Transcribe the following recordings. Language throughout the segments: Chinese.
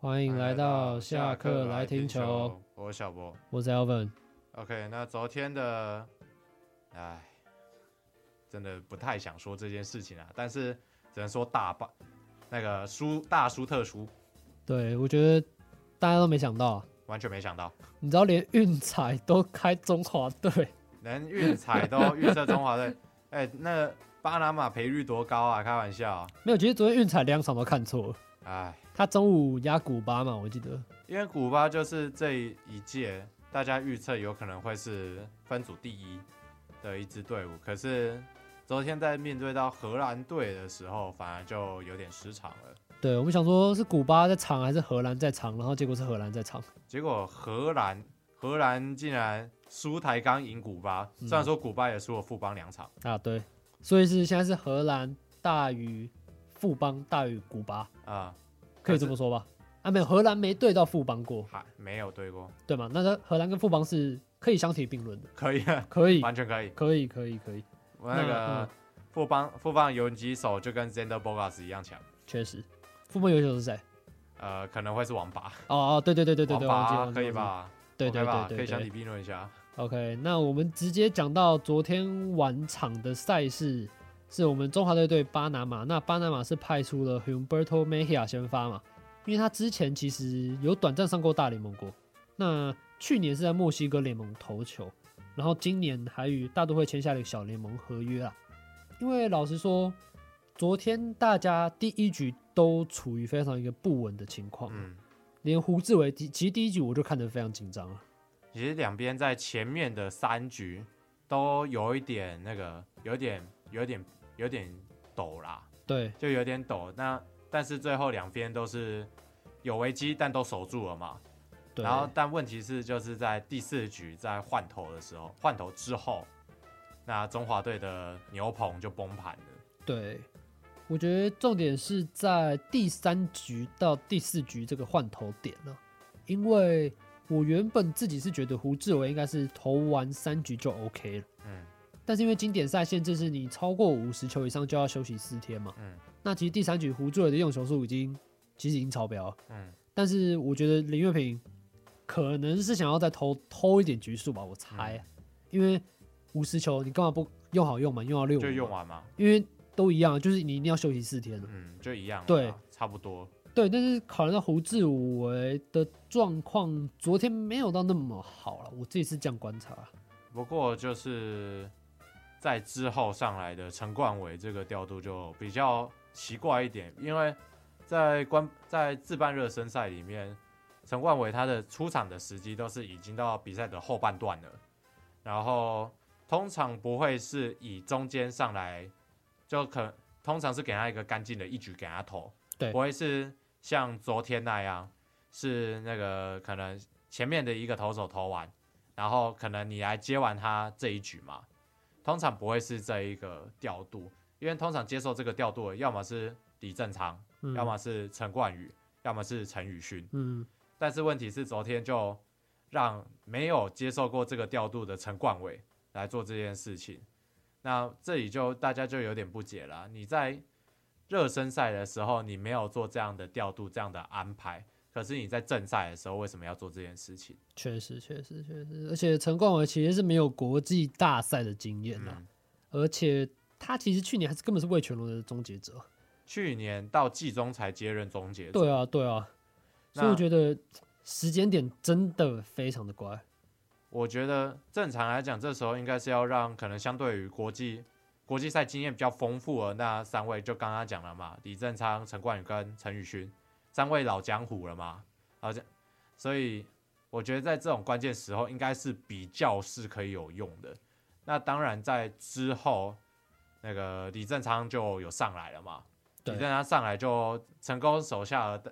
欢迎来到下课来听球， 我是小博， 我是 Alvin。 OK， 那昨天的，真的不太想说这件事情啊，但是只能说大输特输。 对，我觉得大家都没想到， 完全没想到， 你知道连运彩都开中华队， 连运彩都预测中华队，那巴拿马赔率多高啊？开玩笑啊。 没有，其实昨天运彩2场都看错了。 他中午压古巴嘛，我记得。 因为古巴就是这一届大家预测有可能会是分组第一的一支队伍，可是昨天在面对到荷兰队的时候，反而就有点失常了。 对，我们想说是古巴在场还是荷兰在场，然后结果是荷兰在场。 结果荷兰竟然输台钢赢古巴，虽然说古巴也输了富邦2场啊，对，所以现在是荷兰大于富邦大于古巴啊。可以这么说吧？没有，荷兰没对到富邦过， 没有对过， 对吗？那荷兰跟富邦是可以相提并论的， 可以， 可以， 完全可以， 可以。 那个富邦游击手就跟 Xander Bogaerts 一样强， 确实。富邦游击手是谁？ 可能会是王八。 对， 王八可以吧？ 对， 可以相提并论一下。 OK， 那我们直接讲到昨天晚场的赛事。是我们中华队对巴拿马，那巴拿马是派出了 Humberto Mejia 先发嘛，因为他之前其实有短暂上过大联盟过，那去年是在墨西哥联盟投球，然后今年还与大都会签下了一个小联盟合约啦。因为老实说，昨天大家第一局都处于非常一个不稳的情况，连胡志伟其实第一局我就看得非常紧张了。 其实两边在前面的3局都有一点有点抖啦， 对， 就有点抖。但是最后两边都是有危机，但都守住了嘛。 对。 然后，但问题是就是在第4局在换头之后，那中华队的牛棚就崩盘了。 对，我觉得重点是在第3局到第4局这个换头点了，因为我原本自己是觉得胡志伟应该是投完3局就 OK 了。但是因为经典赛限制是你超过50球以上就要休息4天嘛，那其实第3局胡志伟的用球数其实已经超标了，但是我觉得林岳平可能是想要再偷一点局数吧，我猜，因为50球你干嘛不用好用嘛，用到6就用完嘛， 因为都一样，就是你一定要休息4天了， 就一样， 对， 差不多， 对，但是考虑到胡志伟的状况，昨天没有到那么好了，我自己是这样观察。 不过就是在之后上来的陈冠伟这个调度就比较奇怪一点，因为在自办热身赛里面，陈冠伟他的出场的时机都是已经到比赛的后半段了，然后通常不会是以中间上来，通常是给他一个干净的一局给他投， 对， 不会是像昨天那样是那个可能前面的一个投手投完，然后可能你来接完他这一局嘛。通常不会是这一个调度，因为通常接受这个调度的，要么是李正昌，要么是陈冠宇，要么是陈宇勋。但是问题是昨天就让没有接受过这个调度的陈冠伟来做这件事情，那这里就大家就有点不解了。你在热身赛的时候，你没有做这样的调度、这样的安排。可是你在正赛的时候为什么要做这件事情？ 确实，而且陈冠伟其实是没有国际大赛的经验啦，而且他其实去年还是根本是味全龙的终结者， 去年到季中才接任终结者。 对啊，所以我觉得时间点真的非常的乖。 我觉得正常来讲，这时候应该是要让可能相对于国际赛经验比较丰富的那3位，就刚刚讲了嘛，李正昌、陈冠宇跟陈宇勋。3位老江湖了嘛，所以我觉得在这种关键时候应该是比较是可以有用的。那当然在之后，那个李正昌就有上来了嘛，李正昌上来就成功守下了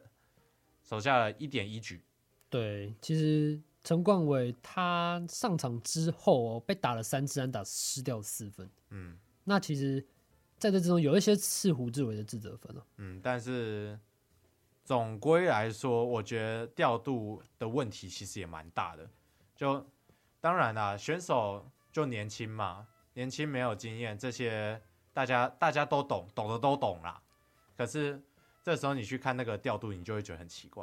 1.1局。对， 其实陈冠伟他上场之后被打了3支安打，失掉4分。那其实在这之中有一些是胡志伟的自责分了。 但是。总归来说，我觉得调度的问题其实也蛮大的。就当然啦，选手就年轻嘛，年轻没有经验，这些大家都懂的都懂啦。可是这时候你去看那个调度，你就会觉得很奇怪。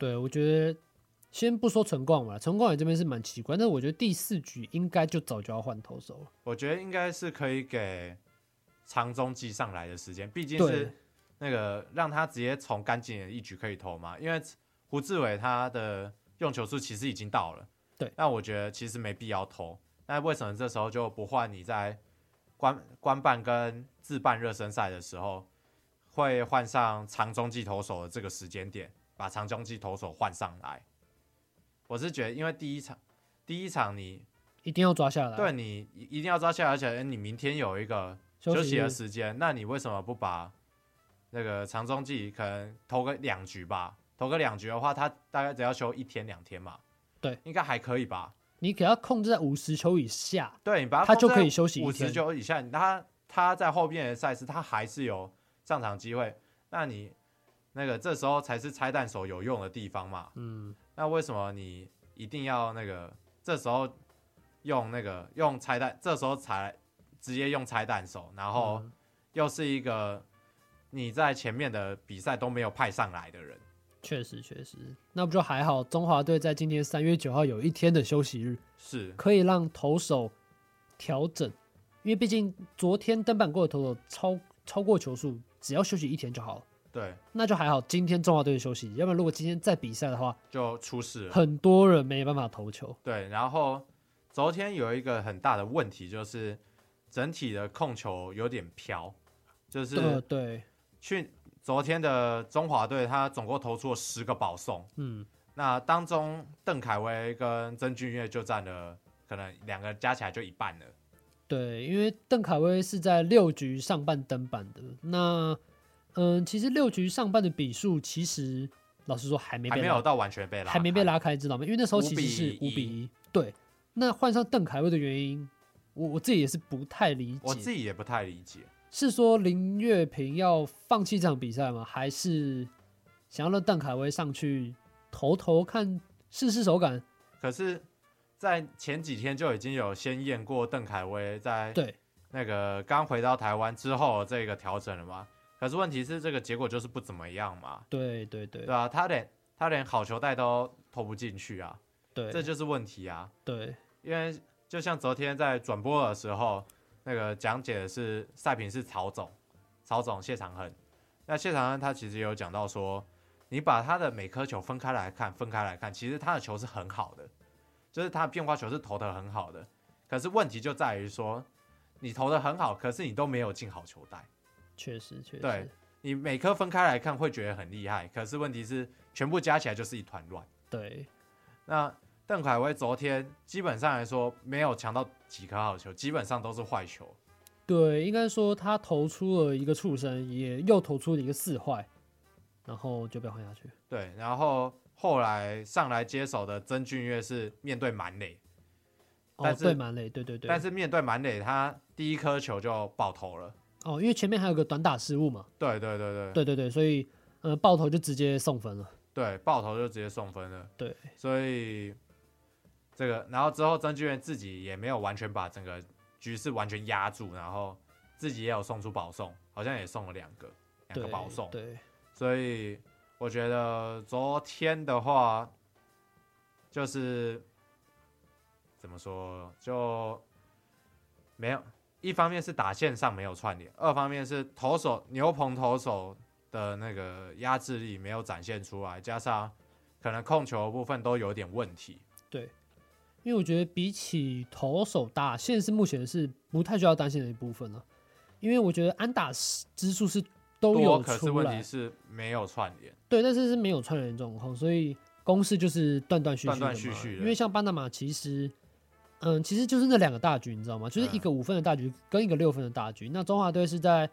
对，我觉得先不说陈冠伟，陈冠伟这边是蛮奇怪，但是我觉得第4局应该就早就要换投手了。 我觉得应该是可以给长中继上来的时间，毕竟是那个让他直接从干净的一局可以投嘛，因为胡志伟他的用球数其实已经到了， 对， 那我觉得其实没必要投。那为什么这时候就不换你在官办跟自办热身赛的时候会换上长中继投手的这个时间点，把长中继投手换上来？我是觉得，因为第一场你一定要抓下来， 对你一定要抓下来，而且你明天有一个休息的时间，那你为什么不把那个长中继可能投个2局吧？投个2局的话，他大概只要休1天2天嘛， 对， 应该还可以吧？ 你给他控制在50球以下， 对，你把他就可以休息1天。 50球以下，他在后面的赛事他还是有上场机会，那你那个这时候才是拆弹手有用的地方嘛。那为什么你一定要那个这时候用拆弹，这时候才直接用拆弹手，然后又是一个你在前面的比赛都没有派上来的人？ 确实，那不就还好？中华队在今天3月9号有1天的休息日， 是可以让投手调整，因为毕竟昨天登板过的投手超过球数，只要休息1天就好了。 对， 那就还好。今天中华队的休息，要不然如果今天再比赛的话， 就出事了， 很多人没办法投球。 对，然后昨天有一个很大的问题，就是整体的控球有点飘，就是对， 昨天的中华队，他总共投出了10个保送，那当中邓凯威跟曾峻岳就占了可能2个加起来就一半了。 对，因为邓凯威是在6局上半登板的，那其实6局上半的比数，其实老实说还没有到完全被拉开， 还没被拉开，知道吗？因为那时候其实是5-1。对，那换上邓凯威的原因，我自己也是不太理解。 我自己也不太理解，是说林岳平要放弃这场比赛吗？还是想要让邓凯威上去投看试手感？ 可是，在前几天就已经有先验过邓凯威在那个刚回到台湾之后这个调整了嘛？可是问题是这个结果就是不怎么样嘛。 对啊，他连好球带都投不进去啊。 对， 这就是问题啊。 对， 因为就像昨天在转播的时候，那个讲解的是赛评是曹总谢长亨。那谢长亨他其实有讲到说，你把他的每颗球分开来看，其实他的球是很好的，就是他的变化球是投得很好的。可是问题就在于说，你投得很好，可是你都没有进好球带。 确实， 对，你每颗分开来看会觉得很厉害，可是问题是全部加起来就是一团乱。 对， 那邓凯威昨天基本上来说没有抢到几颗好球，基本上都是坏球。 对，应该说他投出了一个触身，也又投出了一个4坏，然后就被换下去。 对，然后后来上来接手的曾峻岳是面对满垒， 对满垒，对， 但是面对满垒，他第一颗球就爆头了。 因为前面还有个短打失误嘛。对，所以爆头就直接送分了。 对，爆头就直接送分了。 对， 所以这个，然后之后曾峻岳自己也没有完全把整个局势完全压住，然后自己也有送出保送，好像也送了2个保送。 对，所以我觉得昨天的话，就是怎么说，就没有。一方面是打线上没有串联，二方面是牛棚投手的那个压制力没有展现出来，加上可能控球的部分都有点问题。 对，因为我觉得比起投手，打线是目前是不太需要担心的一部分了。因为我觉得安打支数是都有出来， 可是问题是没有串联。 对，但是没有串联状况，所以攻势就是断断续续的。因为像巴拿马其实就是那2个大局，你知道吗？就是一个5分的大局跟一个6分的大局。那中华队是在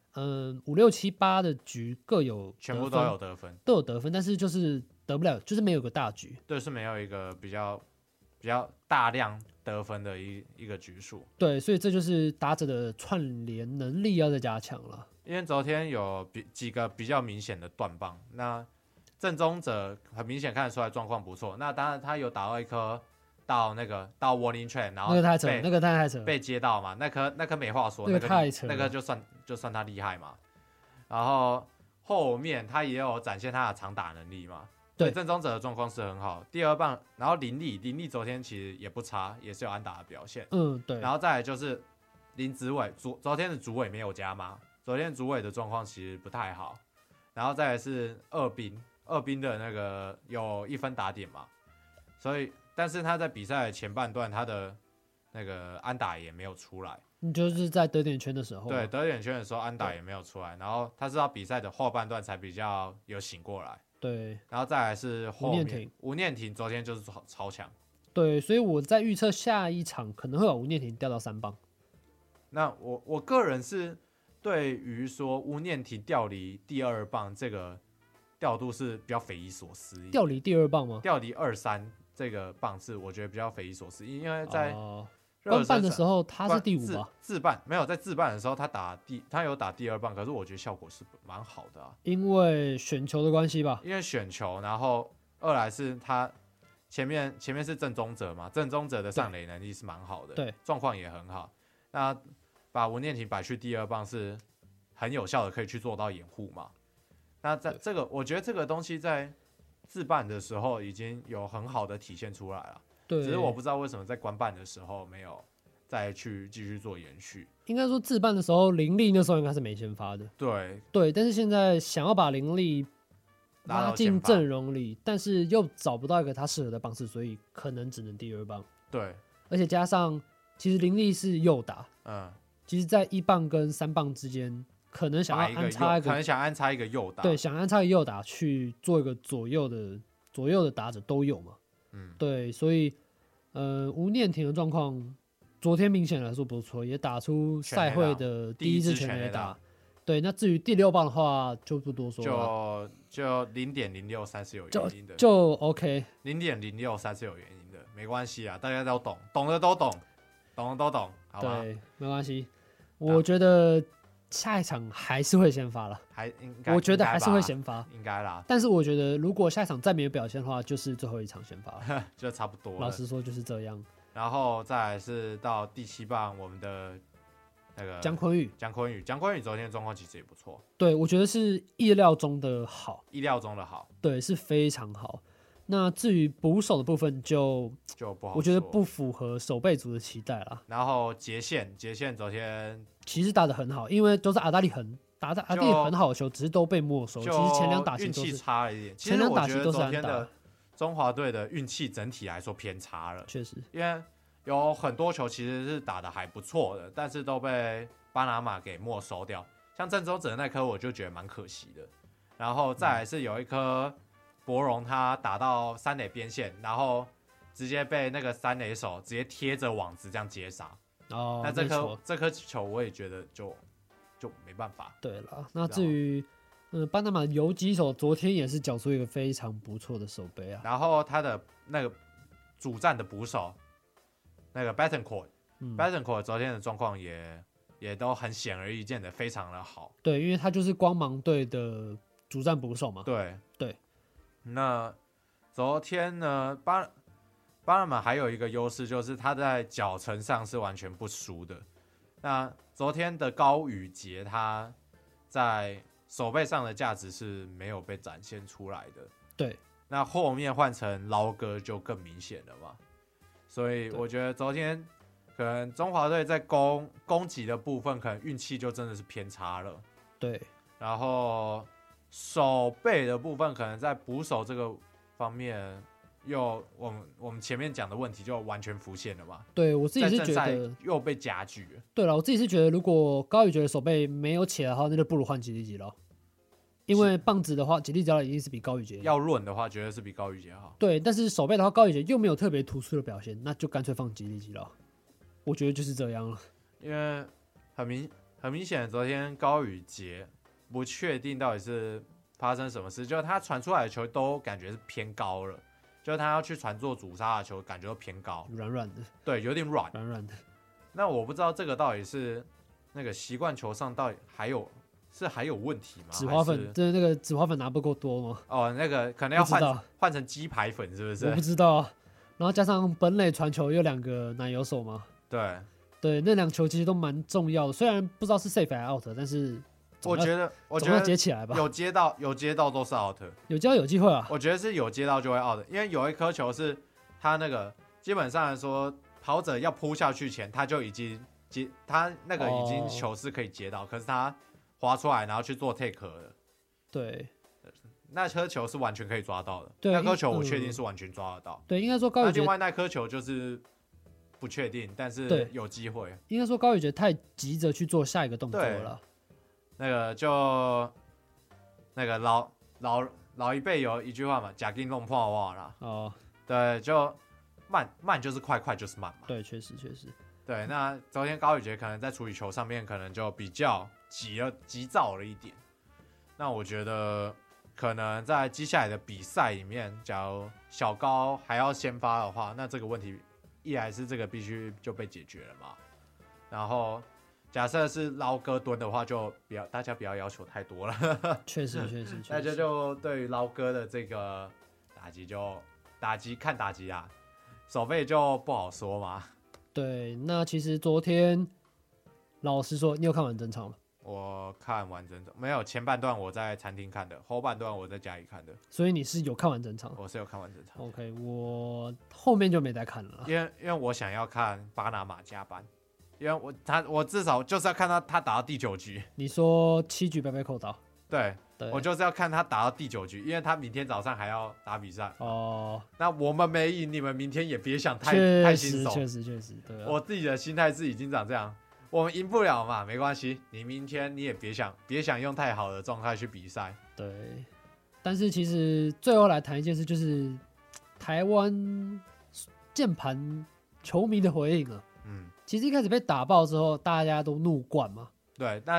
5、6、7、8的局各有全部都有得分，但是就是得不了，就是没有个大局。 对，是没有一个比较大量得分的一个局数。 对，所以这就是打者的串联能力要再加强了。 因为昨天有几个比较明显的断棒，那郑宗哲很明显看得出来状况不错。那当然他有打到一颗到 warning track， 然后那个太扯了， 被接到嘛，那颗没话说， 那个太扯了， 那个就算他厉害嘛。然后后面他也有展现他的长打能力嘛， 对， 郑宗哲的状况是很好。第二棒，然后林立昨天其实也不差，也是有安打的表现。 对。 然后再来就是林子伟，昨天的主委没有加吗？昨天主委的状况其实不太好。然后再来是二兵的那个有1分打点嘛，所以但是他在比赛的前半段他的那个安打也没有出来。 你就是在得点圈的时候， 对，得点圈的时候安打也没有出来，然后他是到比赛的后半段才比较有醒过来。 对， 然后再来是后面吴念庭昨天就是超强。 对，所以我在预测下一场可能会把吴念庭调到3棒。 那我个人是对于说吴念庭调离第2棒这个调度是比较匪夷所思。 调离第2棒吗？ 调离2、3这个棒次我觉得比较匪夷所思，因为在官办的时候他是第5吧？ 自办没有，在自办的时候他有打第2棒，可是我觉得效果是蛮好的啊。 因为选球的关系吧？ 因为选球，然后二来是他前面是郑宗哲嘛，郑宗哲的上垒能力是蛮好的， 对， 状况也很好。那把吴念庭摆去第2棒是很有效的，可以去做到掩护嘛。那在这个我觉得这个东西在自办的时候已经有很好的体现出来了。 对， 只是我不知道为什么在官办的时候没有再去继续做延续。 应该说自办的时候，林立那时候应该是没先发的。 对， 但是现在想要把林立拉进阵容里，但是又找不到一个他适合的棒式，所以可能只能第2棒。 对， 而且加上其实林立是右打，其实在1棒跟3棒之间，可能想要安插一个右打， 对，想安插一个右打去做一个左右的打者都有嘛。对，所以吴念庭的状况，昨天明显来说不错，也打出赛会的第1支全垒打。对，那至于第6棒的话就不多说了， 就0.063是有原因的， 就 OK， 0.063是有原因的，没关系啊，大家都懂，懂的都懂，懂的都懂，好吧？ 对，没关系，我觉得下一场还是会先发了，我觉得还是会先发， 应该啦。 但是我觉得如果下一场再没有表现的话，就是最后一场先发了， 就差不多了。 老实说就是这样。 然后再来是到第7棒，我们的那个江坤宇昨天的状况其实也不错， 对，我觉得是意料中的好，对，是非常好。那至于捕手的部分就不好说，我觉得不符合守备组的期待啦。 然后杰线昨天其实打得很好，因为都是阿达利打很好的球，只是都被没收。其实前2打席都是运气差了一点， 前2打席都是昨天的中华队的运气整体来说偏差了， 确实， 因为有很多球其实是打得还不错的，但是都被巴拿马给没收掉。像郑州者那颗我就觉得蛮可惜的。然后再来是有一颗博荣他打到3垒边线，然直接被那个3垒手直接贴着网子这样接杀。那这颗球我也觉得就没办法。 对了，那至于巴拿马游击手昨天也是缴出一个非常不错的守备啊。 然后他的那个主战的捕手那个 Bettencourt 昨天的状况也都很显而易见的非常的好。 对，因为他就是光芒队的主战捕手嘛。 对。 那昨天呢，巴拿马还有一个优势，就是他在脚程上是完全不输的。那昨天的高宇杰他在手背上的价值是没有被展现出来的。 对。 那后面换成捞哥就更明显了嘛。所以我觉得昨天可能中华队在攻击的部分，可能运气就真的是偏差了。 对。 然后手背的部分，可能在捕手这个方面，我们前面讲的问题就完全浮现了嘛。 对，我自己是觉得又被加剧了。 对了，我自己是觉得，如果高宇杰的手背没有起来的话，那就不如换吉利吉了。因为棒子的话，吉利吉一定是比高宇杰要论的话，绝对是比高宇杰好。 对，但是手背的话，高宇杰又没有特别突出的表现，那就干脆放吉利吉了。我觉得就是这样了。 因为很明显，昨天高宇杰不确定到底是发生什么事，就是他传出来的球都感觉是偏高了，就是他要去传做主杀的球，感觉都偏高， 软软的， 对，有点软的。 那我不知道这个到底是那个习惯球上到底还有问题吗？ 紫花粉，就是那个紫花粉拿不够多吗？ 哦，那个可能要换成鸡排粉，是不是？ 我不知道。然后加上本垒传球有2个奶油手嘛， 对， 那2球其实都蛮重要的，虽然不知道是 safe 还是 out，但是我觉得总要接起来吧。 有接到都是 out， 有接到有机会啊。 我觉得是有接到就会 out， 因为有一颗球是他那个基本上来说，跑者要扑下去前他就已经他那个已经球是可以接到，可是他滑出来然后去做 take 了。 对， 那颗球是完全可以抓到的。 对， 那颗球我确定是完全抓得到。 对，应该说高宇杰。 另外那颗球就是不确定，但是有机会。 应该说高宇杰太急着去做下一个动作了。 那个就那个老一辈有一句话嘛，假定弄破袜啦。 哦， 对，就慢就是快，快就是慢嘛。 对，确实。 对，那昨天高宇杰可能在处理球上面可能就比较急躁了一点。那我觉得可能在接下来的比赛里面，假如小高还要先发的话，那这个问题一来是这个必须就被解决了嘛。然后假设是捞哥蹲的话，就大家不要要求太多了。 确实。 大家就对于捞哥的这个打击啊，手背就不好说嘛。 对，那其实昨天老实说，你有看完整场吗？ 我看完整场没有，前半段我在餐厅看的，后半段我在家里看的。 所以你是有看完整场？ 我是有看完整场。 OK， 我后面就没再看了， 因为我想要看巴拿马加班，因为我至少就是要看他打到第9局。 你说7局被扣到？ 对，我就是要看他打到第9局，因为他明天早上还要打比赛。 哦， 那我们没赢，你们明天也别想太新手。 确实，对啊。 我自己的心态是已经长这样。我们赢不了嘛，没关系。你明天你也别想用太好的状态去比赛。 对，但是其实最后来谈一件事，就是台湾键盘球迷的回应啊。其实一开始被打爆之后，大家都怒灌嘛。 对，那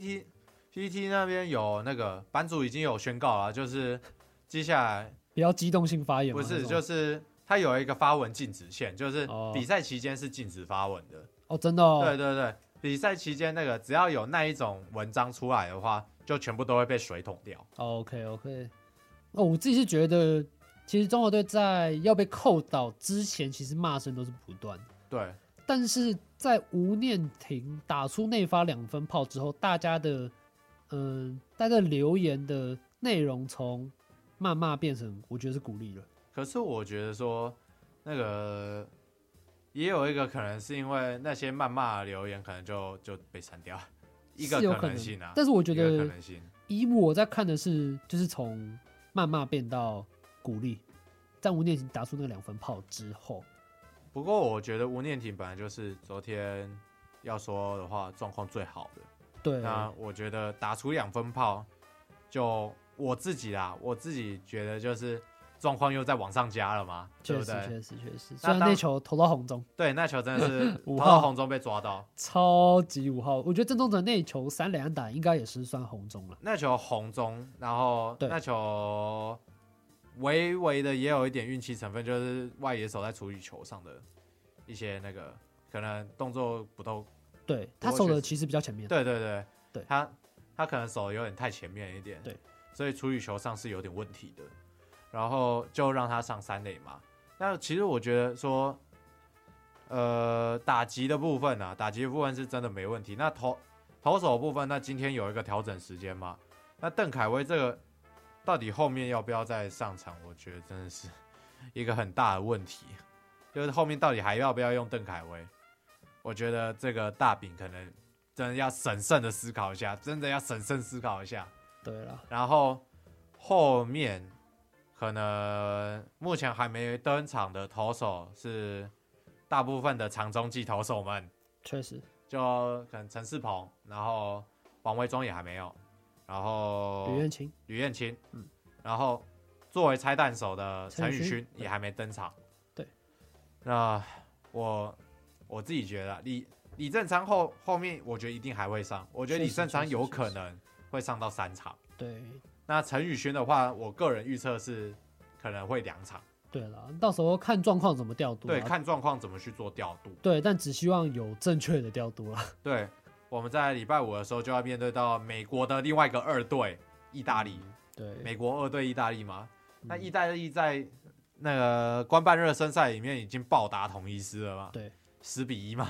PPT 那边有那个版主已经有宣告了，就是接下来比较激动性发言吗？ 不是，就是他有一个发文禁止线，就是比赛期间是禁止发文的。 哦，真的哦。 对，比赛期间那个只要有那一种文章出来的话，就全部都会被水桶掉。 OK。我自己是觉得，其实中国队在要被扣倒之前，其实骂声都是不断的。 对。 但是在吴念庭打出内发2分炮之后，大家的留言的内容从谩骂变成，我觉得是鼓励了。 可是我觉得说，那个也有一个可能是因为那些谩骂的留言可能就被删掉，一个可能性啊。 但是我觉得，以我在看的是，就是从谩骂变到鼓励，在吴念庭打出那2分炮之后。 不过我觉得吴念庭本来就是昨天要说的话状况最好的。 对。 那我觉得打出2分炮，就我自己觉得就是状况又在往上加了嘛，对不对？ 确实。虽然那球投到红中， 对，那球真的是投到红中被抓到， 超级5号。我觉得郑宗哲那球3垒安打应该也是算红中了。 那球红中，然后那球微微的也有一点运气成分，就是外野手在处理球上的一些那个可能动作不都。 对，他守的其实比较前面。 对，他可能守的有点太前面一点， 对， 所以处理球上是有点问题的。然后就让他上3垒嘛。那其实我觉得说，打击的部分是真的没问题。那投手的部分，那今天有一个调整时间嘛？那邓凯威这个到底后面要不要再上场？我觉得真的是一个很大的问题，就是后面到底还要不要用邓凯威？我觉得这个大饼可能真的要审慎的思考一下，对了，然后后面可能目前还没登场的投手是大部分的长中继投手们， 确实， 就可能陈世鹏，然后王维忠也还没有，然后吕彦青，然后作为拆弹手的陈宇勋也还没登场。 对， 那我自己觉得李正昌后面我觉得一定还会上，我觉得李正昌有可能会上到3场。 对， 那陈宇勋的话，我个人预测是可能会2场。 对了，到时候看状况怎么调度。 对，看状况怎么去做调度。 对，但只希望有正确的调度啦。 对，我们在礼拜5的时候就要面对到美国的另外一个2队意大利。 对， 美国2队意大利嘛，那意大利在那个官办热身赛里面已经暴打统一狮了嘛？ 对， 10-1嘛。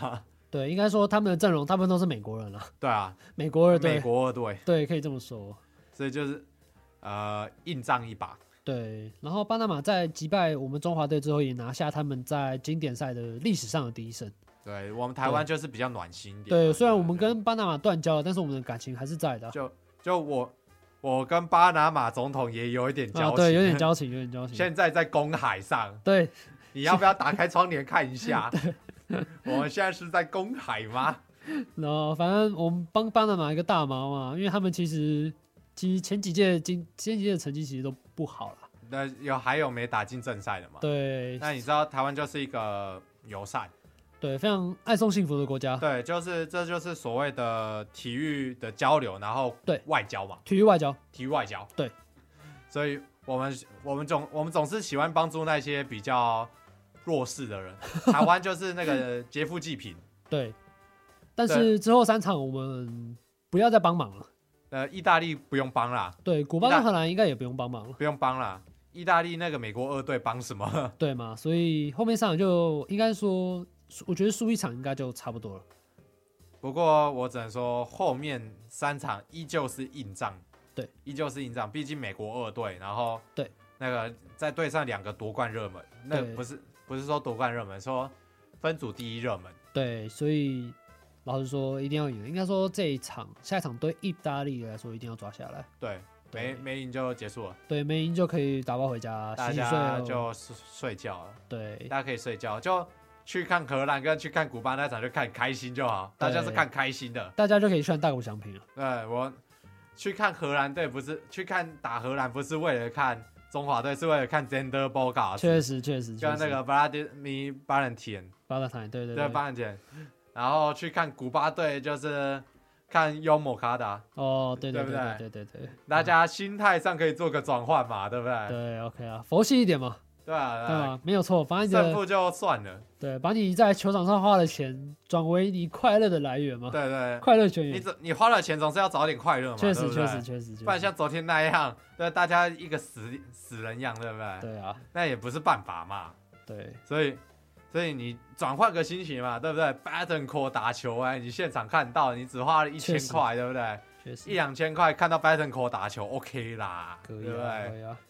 对，应该说他们的阵容大部分都是美国人了， 对啊， 美国二队， 美国二队， 对，可以这么说。 所以就是硬仗一把。 对，然后巴拿马在击败我们中华队之后，也拿下他们在经典赛的历史上的第一胜。 对我们台湾就是比较暖心一点。 对，虽然我们跟巴拿马断交了，但是我们的感情还是在的。 就我跟巴拿马总统也有一点交情， 对，有点交情，有点交情。 现在在公海上， 对， 你要不要打开窗帘看一下？我们现在是在公海吗？ 然后反正我们帮巴拿马一个大忙嘛，因为他们其实前几届的成绩其实都不好啦。 那还有没打进正赛的嘛？ 对， 那你知道台湾就是一个友善， 对，非常爱送幸福的国家。 对，这就是所谓的体育的交流，然后对外交嘛， 体育外交， 体育外交。 对， 所以我们总是喜欢帮助那些比较弱势的人。台湾就是那个劫富济贫。 对，但是之后3场我们不要再帮忙了。 意大利不用帮啦， 对，古巴跟荷兰应该也不用帮忙了， 不用帮啦。意大利那个美国二队帮什么？ 对嘛？所以后面3场就应该说，我觉得输1场应该就差不多了。 不过我只能说，后面3场依旧是硬仗， 对， 依旧是硬仗。毕竟美国二队，然后对那个再对上2个夺冠热门，那不是说夺冠热门，说分组第1热门。 对，所以老实说一定要赢。应该说这一场下一场对意大利来说一定要抓下来。 对，没赢就结束了。 对，没赢就可以打包回家， 大家就睡觉了。 对， 大家可以睡觉，就去看荷兰跟去看古巴那场就看开心就好。大家是看开心的， 大家就可以去大谷翔平了。 对，我去看荷兰队不是去看打荷兰，不是为了看中华队，是为了看 Zander Bogarts。 确实， 跟那个 Vladimir Valentine， 对 Valentine， 然后去看古巴队就是看幽默卡达。 哦，对， 大家心态上可以做个转换嘛，对不对？ 对 ，OK 啊，佛系一点嘛。对吧？没有错，把你的胜负就算了。 对，把你在球场上花的钱转为你快乐的来源嘛。 对， 快乐泉源。 你花了钱总是要找点快乐嘛。 确实。 不然像昨天那样，对大家一个死人样，对不对？ 对啊， 那也不是办法嘛。 对， 所以你转换个心情嘛，对不对 ？Bettencourt 打球你现场看到，你只花了1000块，对不对？ 确实 1-2千块看到 Bettencourt 打球 ，OK 啦， 可以对不对？ 可以啊。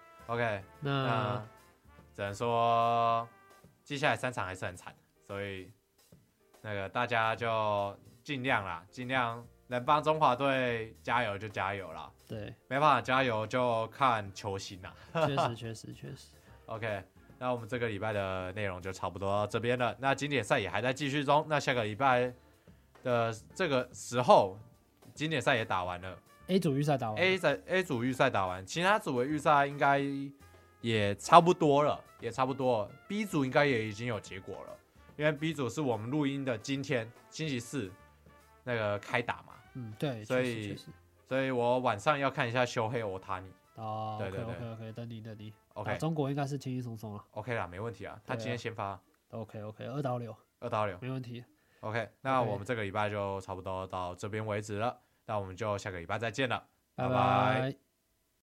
OK， 那只能说接下来3场还是很惨，所以那个大家就尽量能帮中华队加油就加油啦。 对， 没办法加油就看球星啦。 确实。 OK， 那我们这个礼拜的内容就差不多到这边了。那经典赛也还在继续中，那下个礼拜的这个时候，经典赛也打完了。 A 组预赛打完 ，A 组预赛打完，其他组的预赛应该也差不多了。B 组应该也已经有结果了，因为 B 组是我们录音的今天星期4那个开打嘛。 对， 所以我晚上要看一下修黑欧塔尼。 哦，对，等你。 OK， 中国应该是轻轻松松了。 OK 啦，没问题啊，他今天先发。 OK，2到6， 没问题。 OK， 那我们这个礼拜就差不多到这边为止了，那我们就下个礼拜再见了，拜拜。